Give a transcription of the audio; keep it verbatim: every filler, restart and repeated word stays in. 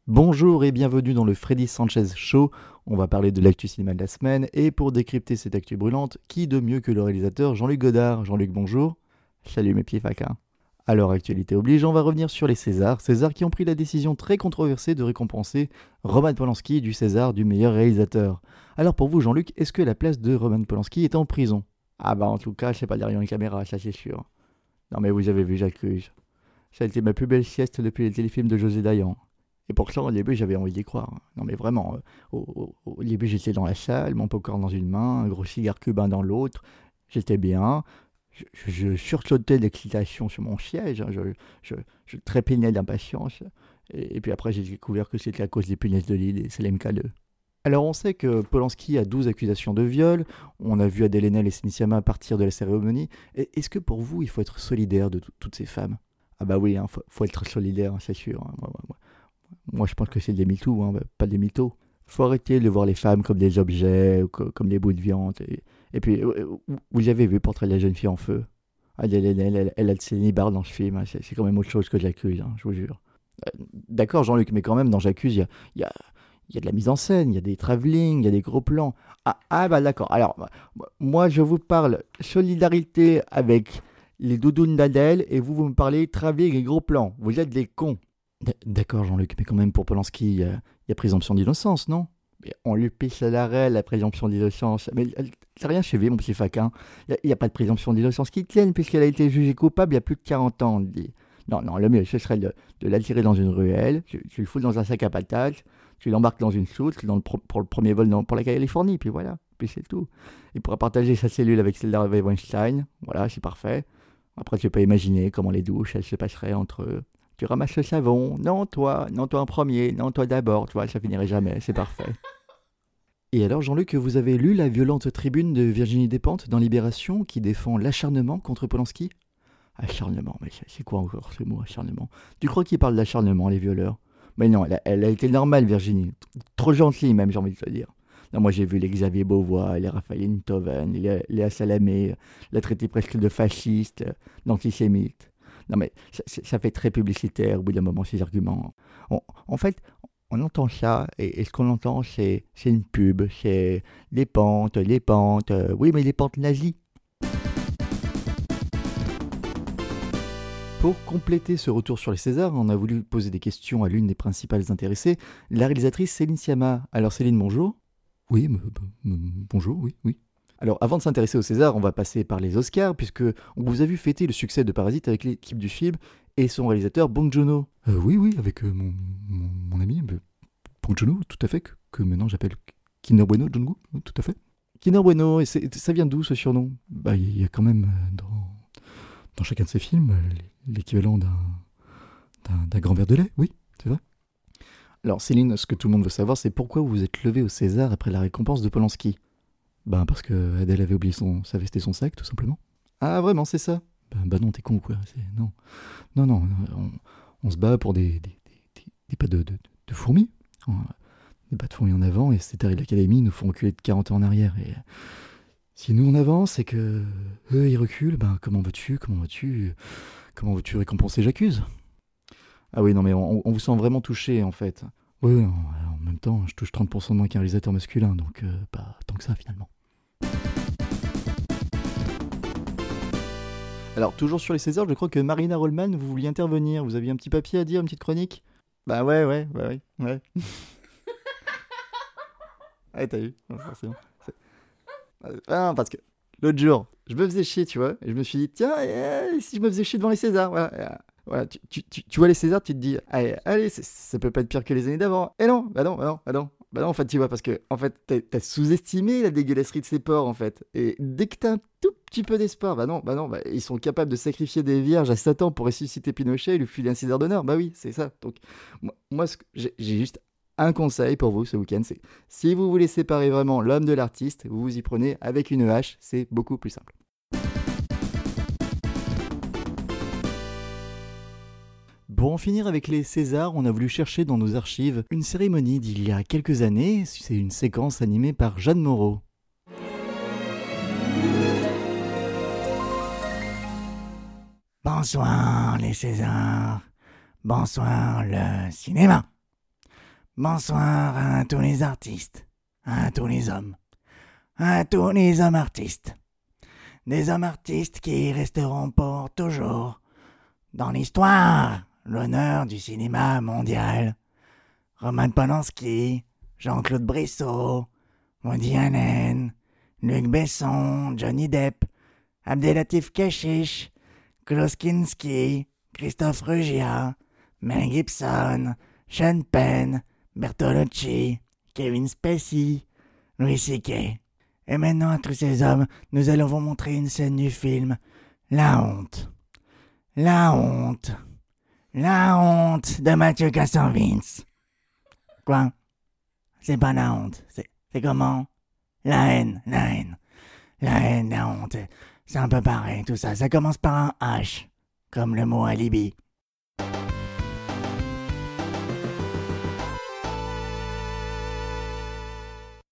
Bonjour et bienvenue dans le Freddy Sanchez Show. On va parler de l'actu cinéma de la semaine et pour décrypter cette actu brûlante, qui de mieux que le réalisateur Jean-Luc Godard. Jean-Luc, bonjour. Salut mes petits faquins. Alors, actualité oblige, on va revenir sur les Césars. Césars qui ont pris la décision très controversée de récompenser Roman Polanski du César du meilleur réalisateur. Alors pour vous Jean-Luc, est-ce que la place de Roman Polanski est en prison? Ah bah en tout cas, c'est pas derrière une caméra, ça c'est sûr. Non mais vous avez vu J'accuse. Ça a été ma plus belle sieste depuis les téléfilms de José Dayan. Et pourtant, au début, j'avais envie d'y croire. Non, mais vraiment, euh, au, au, au début, j'étais dans la salle, mon popcorn dans une main, un gros cigare cubain dans l'autre. J'étais bien. Je, je, je sursautais d'excitation sur mon siège. Hein, je, je, je trépignais d'impatience. Et, et puis après, j'ai découvert que c'était à cause des punaises de lit, des Salem K deux. Alors, on sait que Polanski a douze accusations de viol. On a vu Adèle Haenel et Céline Sciamma partir de la cérémonie. Et, est-ce que pour vous, il faut être solidaire de t- toutes ces femmes? Ah bah oui, il hein, faut, faut être solidaire, hein, c'est sûr. Hein, moi, moi, moi. Moi, je pense que c'est des MeToo, hein, pas des mythos. Faut arrêter de voir les femmes comme des objets, ou co- comme des bouts de viande. Et, et puis, euh, vous avez vu Portrait de la jeune fille en feu? Elle, elle, elle, elle, elle a de célibat dans ce film. Hein, c'est, c'est quand même autre chose que J'accuse, hein, je vous jure. Euh, d'accord, Jean-Luc, mais quand même, dans J'accuse, il y a, il y, a, il y a de la mise en scène, il y a des travelling, il y a des gros plans. Ah, ah bah d'accord. Alors, moi, je vous parle solidarité avec les doudounes d'Adèle, et vous, vous me parlez travelling et gros plans. Vous êtes des cons. D- D'accord, Jean-Luc, mais quand même, pour Polanski, il y a, il y a présomption d'innocence, non? Mais on lui pisse à l'arrêt, la présomption d'innocence. Mais elle- c'est rien chez mon petit faquin. Il n'y a, a pas de présomption d'innocence qui tienne, puisqu'elle a été jugée coupable il y a plus de quarante ans, on dit. Non, non, le mieux, ce serait de, de l'attirer dans une ruelle, tu, tu le fous dans un sac à patates, tu l'embarques dans une soute dans le pro- pour le premier vol dans- pour la Californie, puis voilà, puis c'est tout. Il pourra partager sa cellule avec celle d'Harvey Weinstein, voilà, c'est parfait. Après, tu peux imaginer comment les douches, elles se passeraient entre eux. Tu ramasses le savon, non toi, non toi en premier, non toi d'abord, tu vois, ça finirait jamais, c'est parfait. Et alors Jean-Luc, vous avez lu la violente tribune de Virginie Despentes dans Libération qui défend l'acharnement contre Polanski? Acharnement, mais c'est c'est quoi encore ce mot, acharnement? Tu crois qu'ils parlent d'acharnement, les violeurs? Mais non, elle a, elle a été normale, Virginie. Trop gentille même, j'ai envie de te dire. Non, moi j'ai vu les Xavier Beauvois, les Raphaël Ntoven, les Léa Salamé, la traiter presque de fasciste, euh, d'antisémite. Non mais ça, ça- ça fait très publicitaire au bout d'un moment ces arguments. On- en fait, on entend ça et, et ce qu'on entend c'est c'est une pub, c'est les pentes, les pentes, euh, oui mais les pentes nazies. Pour compléter ce retour sur les Césars, on a voulu poser des questions à l'une des principales intéressées, la réalisatrice Céline Sciamma. Alors Céline, bonjour. Oui, m- m- m- bonjour, oui, oui. Alors avant de s'intéresser aux Césars, on va passer par les Oscars, puisque on vous a vu fêter le succès de Parasite avec l'équipe du film et son réalisateur Bong Joon-ho. Euh, oui, oui, avec euh, mon, mon, mon ami euh, Bong Joon-ho, tout à fait, que, que maintenant j'appelle Kinder Bueno Jong-gu, tout à fait. Kinder Bueno, et c'est- ça vient d'où ce surnom? Bah, il y a quand même euh, dans, dans chacun de ces films euh, l'équivalent d'un, d'un, d'un grand verre de lait, oui, c'est vrai. Alors Céline, ce que tout le monde veut savoir, c'est pourquoi vous vous êtes levée au César après la récompense de Polanski? Ben parce que Adèle avait oublié son, sa veste et son sac, tout simplement. Ah vraiment, c'est ça? Ben bah non, t'es con ou quoi? C'est, non, non, non, on, on se bat pour des, des, des, des, des pas de, de, de fourmis. On- Des pas de fourmis en avant, et c'est de l'Académie, ils nous font reculer de quarante ans en arrière. Et si nous on avance et que eux ils reculent, ben comment veux-tu, comment veux-tu, comment veux-tu récompenser J'accuse? Ah oui, non mais on, on vous sent vraiment touché en fait. Oui, en, en même temps, je touche trente pour cent de moins qu'un réalisateur masculin, donc euh, pas tant que ça finalement. Alors, toujours sur les Césars, je crois que Marina Rollman, vous vouliez intervenir. Vous aviez un petit papier à dire, une petite chronique? Bah ouais, ouais, bah ouais, ouais. Ouais, t'as vu, non, forcément. C'est- Ah non, parce que l'autre jour, je me faisais chier, tu vois, et je me suis dit, tiens, eh, si je me faisais chier devant les Césars, voilà. euh, Voilà, tu, tu, tu, tu vois les Césars, tu te dis, allez, allez c'est- ça peut pas être pire que les années d'avant. Et non, bah non, bah non, bah non. Bah non, en fait, tu vois, parce que, en fait, t'as, t'as sous-estimé la dégueulasserie de ces porcs, en fait. Et dès que t'as un tout petit peu d'espoir, bah non, bah non, bah, ils sont capables de sacrifier des vierges à Satan pour ressusciter Pinochet et lui filer un César d'honneur. Bah oui, c'est ça. Donc, moi, moi, ce que- j'ai, j'ai juste un conseil pour vous ce week-end, c'est si vous voulez séparer vraiment l'homme de l'artiste, vous vous y prenez avec une hache, c'est beaucoup plus simple. Pour en finir avec les Césars, on a voulu chercher dans nos archives une cérémonie d'il y a quelques années. C'est une séquence animée par Jeanne Moreau. Bonsoir les Césars, bonsoir le cinéma. Bonsoir à tous les artistes, à tous les hommes, à tous les hommes artistes. Des hommes artistes qui resteront pour toujours dans l'histoire, l'honneur du cinéma mondial. Roman Polanski, Jean-Claude Brissot, Woody Allen, Luc Besson, Johnny Depp, Abdelatif Kechiche, Klaus Kinski, Christophe Ruggia, Mel Gibson, Sean Penn, Bertolucci, Kevin Spacey, Louis C K. Et maintenant, à tous ces hommes, nous allons vous montrer une scène du film La honte. La honte. La honte de Mathieu Kassovitz. Quoi? C'est pas la honte. C'est, c'est comment? La haine, la haine. La haine, la honte. C'est un peu pareil, tout ça. Ça commence par un H, comme le mot alibi.